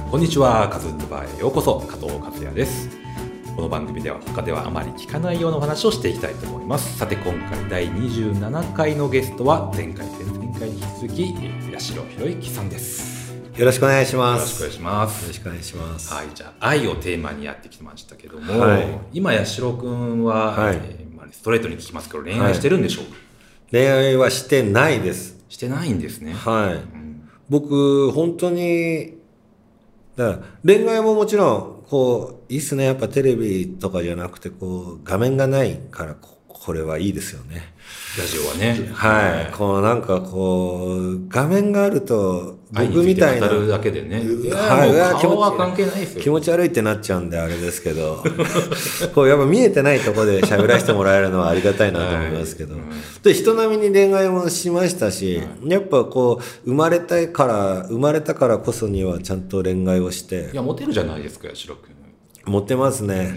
こんにちは。カズンズバーへようこそ。加藤和也です。この番組では他ではあまり聞かないようなお話をしていきたいと思います。さて今回第27回のゲストは前回前々回に引き続き八代博之さんです。 よろしくお願いします。 よろしくお願いします。 よろしくお願いします。 はい、じゃあ愛をテーマにやってきてましたけども、 はい、 今八代くんは、ストレートに聞きますけど恋愛してるんでしょうか？ 恋愛はしてないです。 してないんですね。 はい。僕本当にだから恋愛ももちろんこういいっすね。やっぱテレビとかじゃなくてこう画面がないからこれはいいですよね。 ラジオはね。 はい。こうなんかこう画面があると僕みたいな語るだけでね。 はい。 顔は関係ないですよ。 気持ち悪いってなっちゃうんであれですけど、こうやっぱ見えてないところで喋らせてもらえるのはありがたいなと思いますけど、で人並みに恋愛もしましたし、やっぱこう生まれたからこそにはちゃんと恋愛をして。 いやモテるじゃないですか八代君。 モテますね。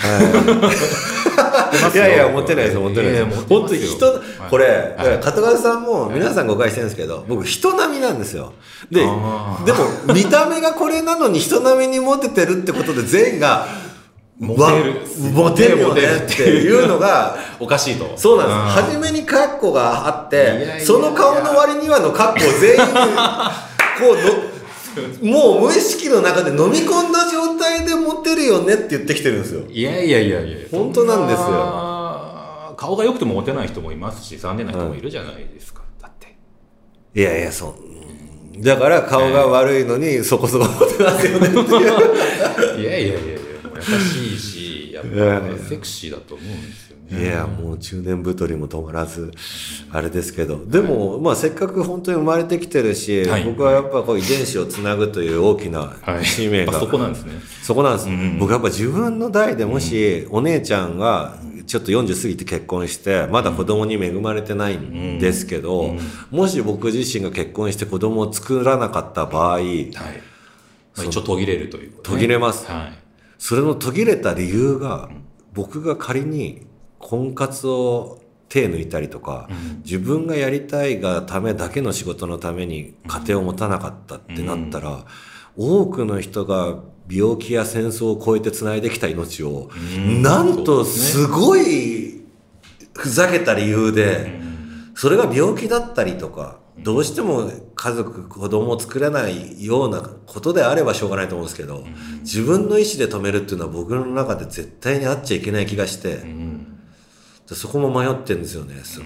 はい。いやモテないです。モテないです。本当にこれ、片川さんも皆さん誤解してるんですけど、僕人並みなんですよ。でも見た目がこれなのに人並みにモテてるってことで全員がモテるよねっていうのがおかしいと。 そうなんです。初めにカッコがあって、その顔の割にはのカッコを全員こうもう無意識の中で飲み込んだ状態でモテるよねって言ってきてるんですよ。 いや本当なんですよ。 顔が良くてもモテない人もいますし、残念な人もいるじゃないですか。だっていやそうだから顔が悪いのにそこそこモテますよねっていういや優しいしやっぱねセクシーだと思うんですよね。 いやもう中年太りも止まらずあれですけど、でもまあせっかく本当に生まれてきてるし、僕はやっぱこう遺伝子をつなぐという大きな使命が、 そこなんですね。 そこなんです。僕やっぱ自分の代でもしお姉ちゃんがちょっと40過ぎて結婚してまだ子供に恵まれてないんですけど、もし僕自身が結婚して子供を作らなかった場合、一応途切れるということね。 途切れます。それの途切れた理由が、僕が仮に婚活を手抜いたりとか、自分がやりたいがためだけの仕事のために家庭を持たなかったってなったら、多くの人が病気や戦争を超えてつないできた命を、なんとすごいふざけた理由で、それが病気だったりとか、どうしても家族子供を作れないようなことであればしょうがないと思うんですけど、自分の意思で止めるっていうのは僕の中で絶対にあっちゃいけない気がして、そこも迷ってるんですよね。す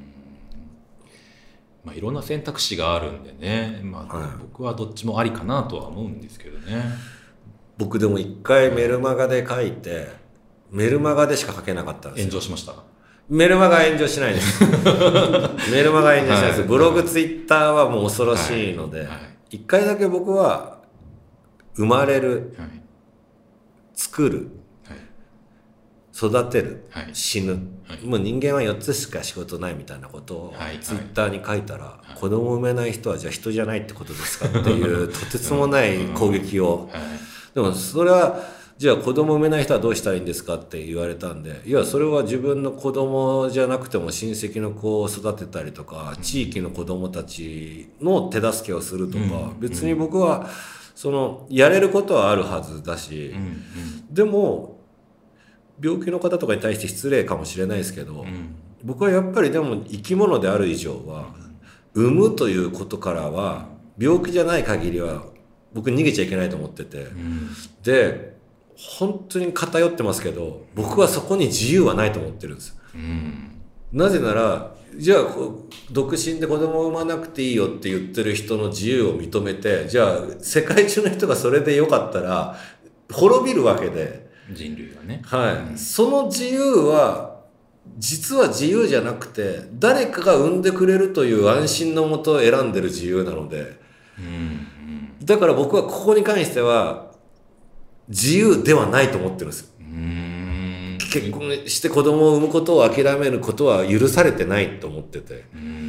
ごい、 いろんな選択肢があるんでね、僕はどっちもありかなとは思うんですけどね。 僕でも一回メルマガで書いて、メルマガでしか書けなかったんですよ。 炎上しました。 メルマガ炎上しないですメルマガ炎上しないです。ブログツイッターはもう恐ろしいので、一回だけ僕は生まれる、作る、育てる、死ぬ、もう人間は4つしか仕事ないみたいなことをツイッターに書いたら、子供を産めない人はじゃあ人じゃないってことですかっていうとてつもない攻撃を、でもそれはじゃあ子供を産めない人はどうしたらいいんですかって言われたんで、いやそれは自分の子供じゃなくても親戚の子を育てたりとか、地域の子供たちの手助けをするとか、別に僕はそのやれることはあるはずだし、でも病気の方とかに対して失礼かもしれないですけど、僕はやっぱりでも生き物である以上は、産むということからは病気じゃない限りは僕逃げちゃいけないと思ってて、で本当に偏ってますけど、僕はそこに自由はないと思ってるんですよ。なぜならじゃあ独身で子供を産まなくていいよって言ってる人の自由を認めて、じゃあ世界中の人がそれでよかったら滅びるわけで、 人類がね、 その自由は実は自由じゃなくて、誰かが産んでくれるという安心のもとを選んでる自由なので、だから僕はここに関しては自由ではないと思ってるんですよ。結婚して子供を産むことを諦めることは許されてないと思ってて、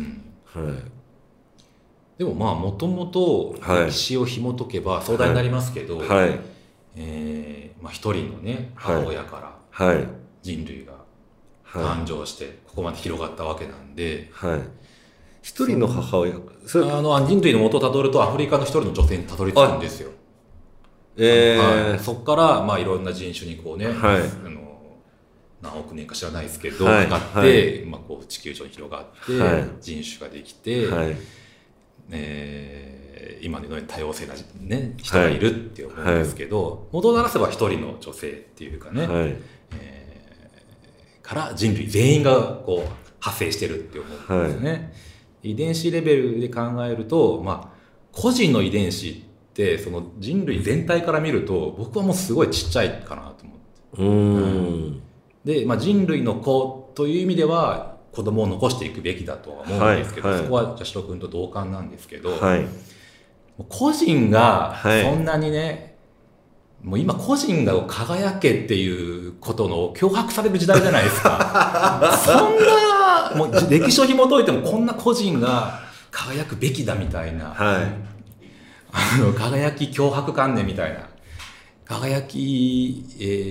でももともと歴史を紐解けば壮大になりますけど、一人のね母親から人類が誕生してここまで広がったわけなんで、 一人の母親、 人類の元をたどるとアフリカの一人の女性にたどり着くんですよ。 そこから、まあ、いろんな人種にこうね、何億年か知らないですけど、かかって、まあ、こう地球上に広がって、人種ができて、今のように多様性な、ね、人がいるって思うんですけど、元ならせば一人の女性っていうかね、から人類全員がこう派生してるって思うんですね。遺伝子レベルで考えると、まあ、個人の遺伝子ってその人類全体から見ると僕はもうすごいちっちゃいかなと思って。で、まあ、人類の子という意味では子供を残していくべきだとは思うんですけど、そこは八代君と同感なんですけど、個人がそんなにね、もう今個人が輝けっていうことの脅迫される時代じゃないですか。そんなもう歴史を紐解いてもこんな個人が輝くべきだみたいな、輝き脅迫観念みたいな、輝き、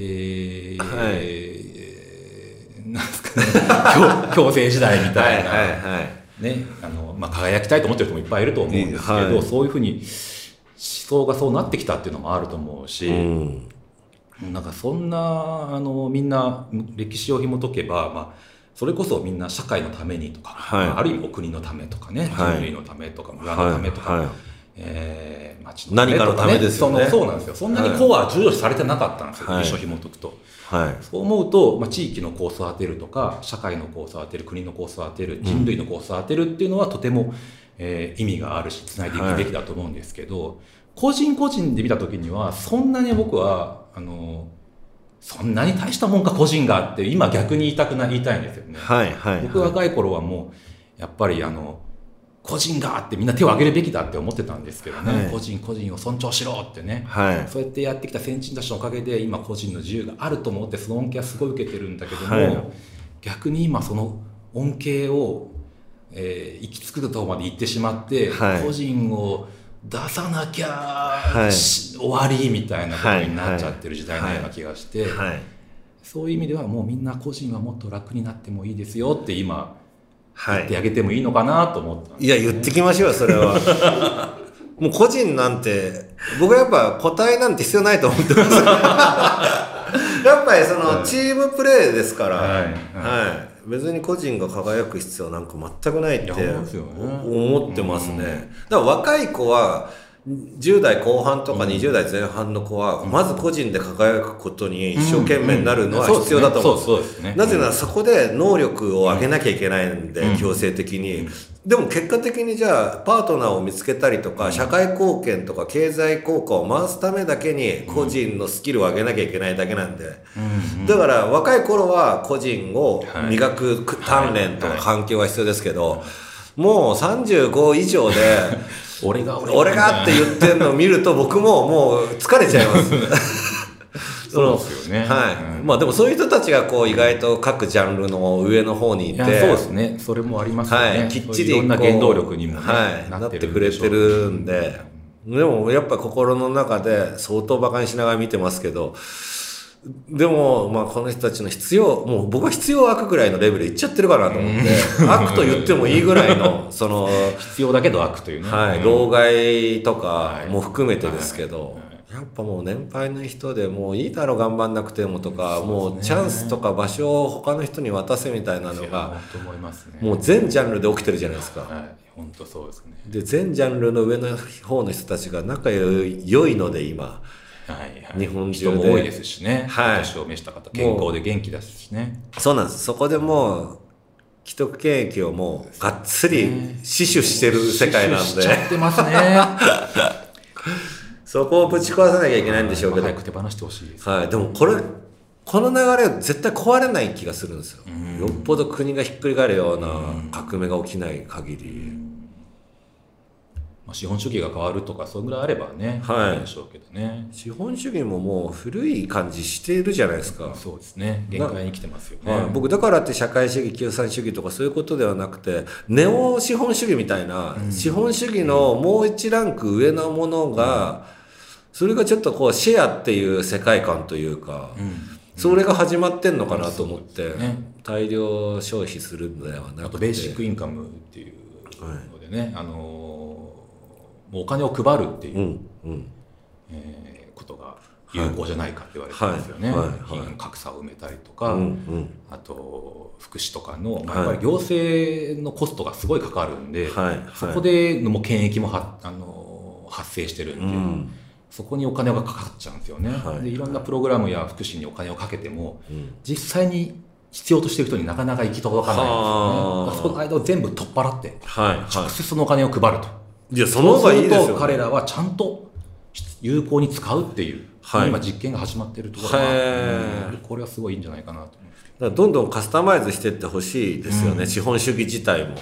なんですかね、強制時代みたいな、ね、まあ、輝きたいと思ってる人もいっぱいいると思うんですけど、そういうふうに思想がそうなってきたっていうのもあると思うし、なんかそんなみんな歴史を紐解けば、まあ、それこそみんな社会のためにとか、まあ、ある意味お国のためとかね、人類のためとか村のためとか、町のためとかね、何かのためですよね。そうなんですよ。そんなにコアは重要視されてなかったんですよ、歴史を紐解くと。そう思うと、まあ、地域のコースを当てるとか社会のコースを当てる、国のコースを当てる、人類のコースを当てるっていうのはとても、意味があるしつないでいくべきだと思うんですけど、個人個人で見た時にはそんなに僕はそんなに大したもんか個人がって今逆に言いたいんですよね。僕若い頃はもうやっぱり個人がってみんな手を挙げるべきだって思ってたんですけどね、個人個人を尊重しろってね、そうやってやってきた先人たちのおかげで今個人の自由があると思ってその恩恵はすごい受けてるんだけども、逆に今その恩恵を、行き着くところまで行ってしまって、個人を出さなきゃ、終わりみたいなことになっちゃってる時代のような気がして、そういう意味ではもうみんな個人はもっと楽になってもいいですよって今言ってあげてもいいのかなと思ったんですね。 いや言ってきましょうそれは。もう個人なんて僕はやっぱ個体なんて必要ないと思ってます。やっぱりそのチームプレーですから、別に個人が輝く必要なんか全くないって思ってますね。だから若い子は10代後半とか20代前半の子はまず個人で輝くことに一生懸命になるのは必要だと思うんです。なぜならそこで能力を上げなきゃいけないんで、強制的に。でも結果的にじゃあパートナーを見つけたりとか社会貢献とか経済効果を回すためだけに個人のスキルを上げなきゃいけないだけなんで、だから若い頃は個人を磨く鍛錬とか環境が必要ですけど、もう35以上で俺がって言ってるのを見ると僕ももう疲れちゃいます。 そうですよね。 まあでもそういう人たちがこう意外と各ジャンルの上の方にいて、 そうですね。それもありますよね。きっちりいろんな原動力にもなってくれてるんで、でもやっぱ心の中で相当バカにしながら見てますけど、でもまあこの人たちのもう僕は必要悪くらいのレベルいっちゃってるかなと思って、悪と言ってもいいぐらいのその必要だけど悪というね、 老害とかも含めてですけど、やっぱもう年配の人でもういいだろ頑張んなくてもとか、もうチャンスとか場所を他の人に渡せみたいなのがもう全ジャンルで起きてるじゃないですか。 本当そうですね。 で全ジャンルの上の方の人たちが仲良いので今日本中で人も多いですしね、年を召した方健康で元気だしね。 そうなんです。そこでもう既得権益をもうがっつり死守してる世界なんで、 死守しちゃってますね。 そこをぶち壊さなきゃいけないんでしょうけど、 早く手放してほしいです。 でもこの流れは絶対壊れない気がするんですよ。よっぽど国がひっくり返るような革命が起きない限り。 資本主義が変わるとかそれぐらいあればね、いいでしょうけどね。 資本主義ももう古い感じしているじゃないですか。 そうですね。限界に来てますよね。 僕だからって社会主義共産主義とかそういうことではなくて、ネオ資本主義みたいな、資本主義のもう一ランク上のものが、それがちょっとこうシェアっていう世界観というか、それが始まってんのかなと思って、大量消費するのではなくて、 あとベーシックインカムっていうのでね、もうお金を配るっていう、 ことが有効じゃないかって言われてますよね。貧富格差を埋めたりとか、あと福祉とかの、やっぱり行政のコストがすごいかかるんで、そこでもう権益も発生してるんで、そこにお金がかかっちゃうんですよね。でいろんなプログラムや福祉にお金をかけても、実際に必要としている人になかなか行き届かないんですよね。その間を全部取っ払って、直接そのお金を配ると。 いや、その方がいいですよね。そうすると彼らはちゃんと有効に使うっていう、今実験が始まっているところが、これはすごいいいんじゃないかなと思います。 だからどんどんカスタマイズしていってほしいですよね、資本主義自体も。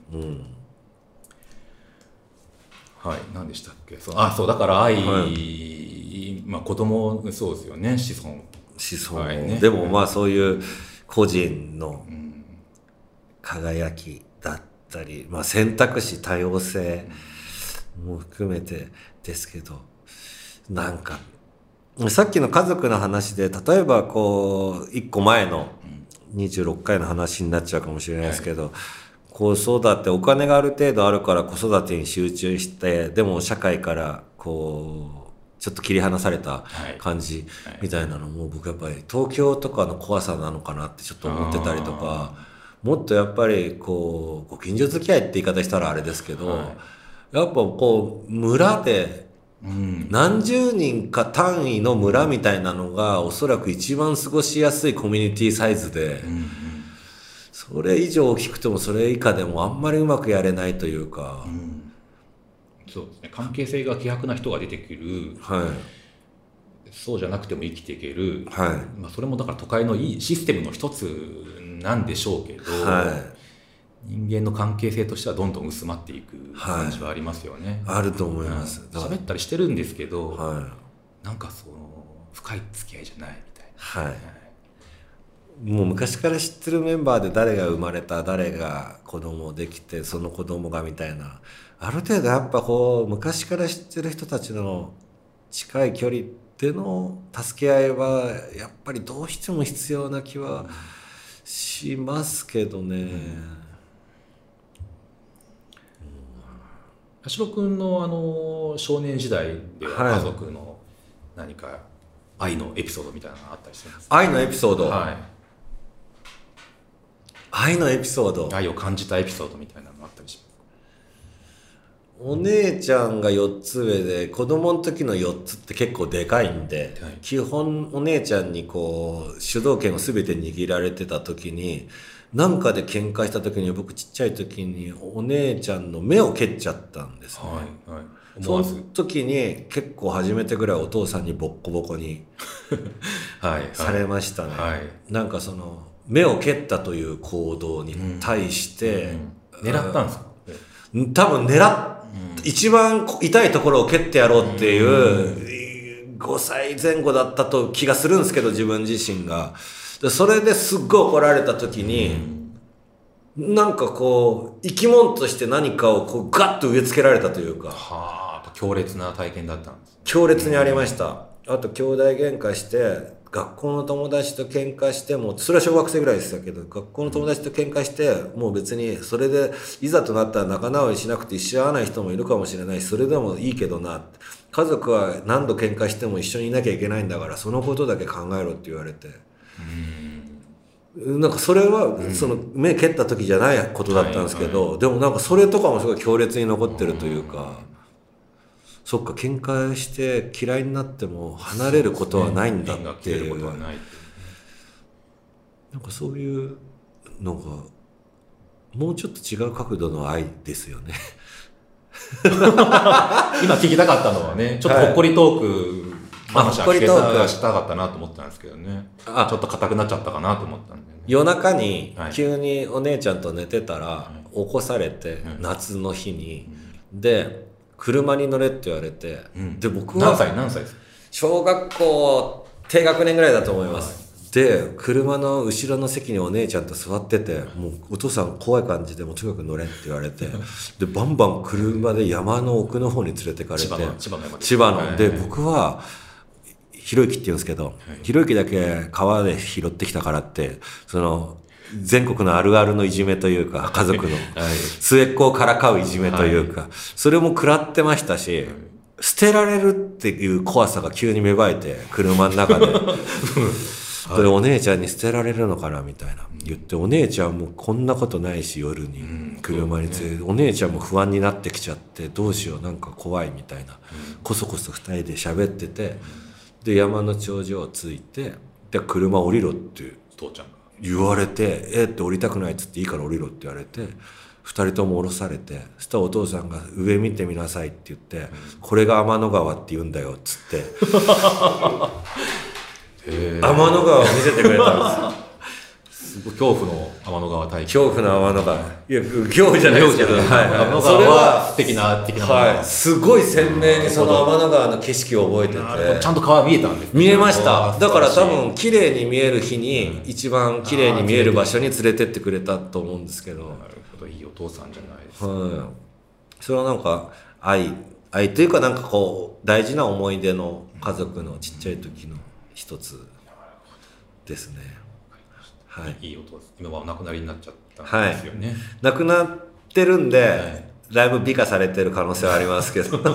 はい、何でしたっけ。そうだから愛、子供そうですよね、子孫、 でもそういう個人の輝きだったり、選択肢多様性も含めてですけど、なんかさっきの家族の話で、例えば1個前の26回の話になっちゃうかもしれないですけど、子育て、お金がある程度あるから子育てに集中して、でも社会からちょっと切り離された感じみたいなのも、僕やっぱり東京とかの怖さなのかなってちょっと思ってたりとか、もっとやっぱりご近所付き合いって言い方したらあれですけど、やっぱ村で何十人か単位の村みたいなのがおそらく一番過ごしやすいコミュニティサイズで、それ以上大きくてもそれ以下でもあんまりうまくやれないというか、 そうですね、関係性が希薄な人が出てくる、そうじゃなくても生きていける、それもだから都会のいいシステムの一つなんでしょうけど、人間の関係性としてはどんどん薄まっていく感じはありますよね。 あると思います。 喋ったりしてるんですけど、なんか深い付き合いじゃないみたいな。 もう昔から知ってるメンバーで誰が生まれた、誰が子供できて、その子供がみたいな、ある程度やっぱ昔から知ってる人たちの近い距離での助け合いはやっぱりどうしても必要な気はしますけどね。 八代君の少年時代では家族の何か愛のエピソードみたいなのがあったりしてますか？ 愛のエピソード、愛のエピソード、 愛を感じたエピソードみたいなのがあったりしますか？ お姉ちゃんが4つ上で、子供の時の4つって結構でかいんで、基本お姉ちゃんに主導権を全て握られてた時に、なんかで喧嘩した時に、僕ちっちゃい時にお姉ちゃんの目を蹴っちゃったんですね。その時に結構初めてぐらいお父さんにボッコボコにされましたね。なんか目を蹴ったという行動に対して、 狙ったんですか？ 多分一番痛いところを蹴ってやろうっていう5歳前後だったと気がするんですけど、自分自身が。それですっごい怒られた時に、なんか生き物として何かをガッと植え付けられたというか。 強烈な体験だったんですね。 強烈にありました。あと兄弟喧嘩して、学校の友達と喧嘩しても、それは小学生ぐらいでしたけど、学校の友達と喧嘩して、もう別にそれでいざとなったら仲直りしなくて一緒に会わない人もいるかもしれないし、それでもいいけどな、家族は何度喧嘩しても一緒にいなきゃいけないんだから、そのことだけ考えろって言われて、なんかそれは目蹴った時じゃないことだったんですけど、でもなんかそれとかもすごい強烈に残ってるというか、そっか、喧嘩して嫌いになっても離れることはないんだっていう、なんかそういうのがもうちょっと違う角度の愛ですよね。 今聞きたかったのはね、ちょっとほっこりトーク話はしたかったなと思ったんですけどね、ちょっと硬くなっちゃったかなと思ったんで、ね、 夜中に急にお姉ちゃんと寝てたら起こされて、夏の日に、で車に乗れって言われて、で僕は何歳ですか？ 小学校低学年ぐらいだと思います、で車の後ろの席にお姉ちゃんと座ってて、もうお父さん怖い感じでもうとにかく乗れって言われてでバンバン車で山の奥の方に連れてかれて、千葉ので、僕はひろゆきって言うんですけど、ひろゆきだけ川で拾ってきたからって全国のあるあるのいじめというか、家族の末っ子をからかういじめというか、それも食らってましたし、 捨てられるっていう怖さが急に芽生えて、車の中で。でお姉ちゃんに捨てられるのかなみたいな言って、お姉ちゃんもこんなことないし、夜に車に連れて、お姉ちゃんも不安になってきちゃって、どうしよう、なんか怖いみたいな、こそこそ二人で喋ってて、で山の頂上を着いて、で車降りろって父ちゃんが言われて、って降りたくないっつって、いいから降りろって言われて、二人とも降ろされて、そしたらお父さんが上見てみなさいって言って、これが天の川って言うんだよっつって天の川を見せてくれたんですすごい恐怖の天の川体験。 恐怖の天の川、いや恐怖じゃないですけど、 天の川は的なはい、すごい鮮明にその天の川の景色を覚えてて、 ちゃんと川見えたんですね。 見えました。だから多分綺麗に見える日に一番綺麗に見える場所に連れてってくれたと思うんですけど。 なるほど、いいお父さんじゃないですか。 はい、それはなんか愛というか、なんかこう大事な思い出の家族のちっちゃい時の一つですね。はい、 いいお父さん、今はお亡くなりになっちゃったんですよね。 亡くなってるんで、だいぶ美化されてる可能性はありますけど不思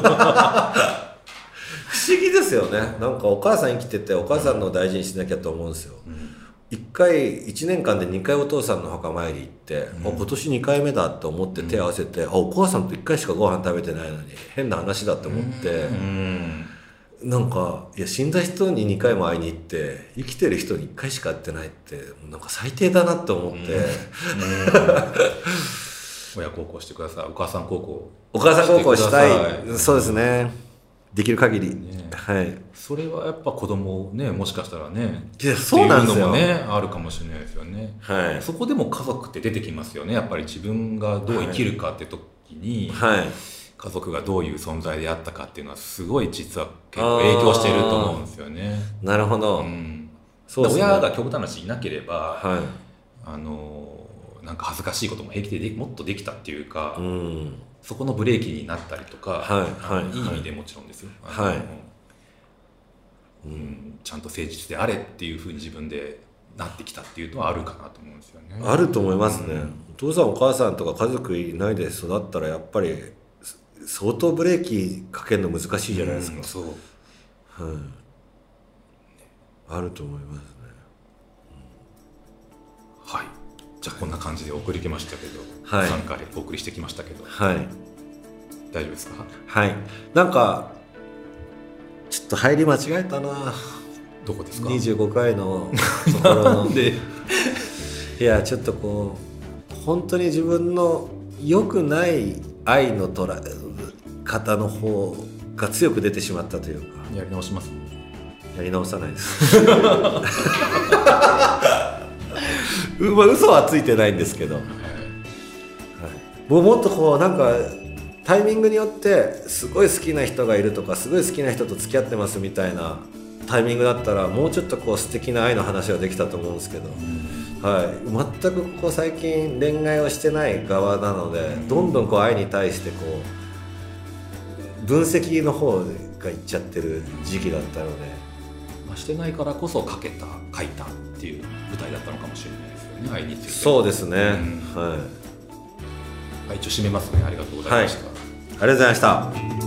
議ですよね。なんかお母さん生きてて、お母さんの大事にしなきゃと思うんですよ。1年間で2回お父さんの墓参り行って、今年2回目だと思って手を合わせて、お母さんと1回しかご飯食べてないのに変な話だと思って、なんかいや、死んだ人に2回も会いに行って生きてる人に1回しか会ってないってなんか最低だなって思って、 親孝行してください。お母さん孝行したい。そうですね、できる限り、はい。 それはやっぱ子供ね、もしかしたらね、 いや、そうなんですよ。 っていうのもね、あるかもしれないですよね。 はい。 そこでも家族って出てきますよね。やっぱり自分がどう生きるかって時に、 はい、 家族がどういう存在であったかっていうのはすごい実は結構影響してると思うんですよね。 なるほど。 そうですね。親が極端なしいなければ、 はい、 なんか恥ずかしいことも平気でもっとできたっていうか、 うんそこのブレーキになったりとか、 はいいい意味でもちろんですよ。 はい、 ちゃんと誠実であれっていうふうに自分でなってきたっていうのはあるかなと思うんですよね。 あると思いますね。お父さんお母さんとか家族いないで育ったらやっぱり相当ブレーキかけるの難しいじゃないですか。 そう、 はい、あると思いますね。 はい。じゃあこんな感じでお送りきましたけど、 はい、 3回お送りしてきましたけど、 はい、 大丈夫ですか？ はい。なんかちょっと入り間違えたな。 どこですか ？25回のところのでいや、ちょっとこう本当に自分の良くない愛の捉え方の方が強く出てしまったというか。 やり直します？ やり直さないですまあ嘘はついてないんですけど、はい、もっとこうなんかタイミングによってすごい好きな人がいるとか、すごい好きな人と付き合ってますみたいなタイミングだったら、もうちょっとこう素敵な愛の話はできたと思うんですけど、はい、全くこう最近恋愛をしてない側なので、どんどんこう愛に対してこう分析の方がいっちゃってる時期だったので、 してないからこそ書いたっていう舞台だったのかもしれないですよね、愛について。 そうですね、 はい、一応締めますね。ありがとうございました。 はい、ありがとうございました。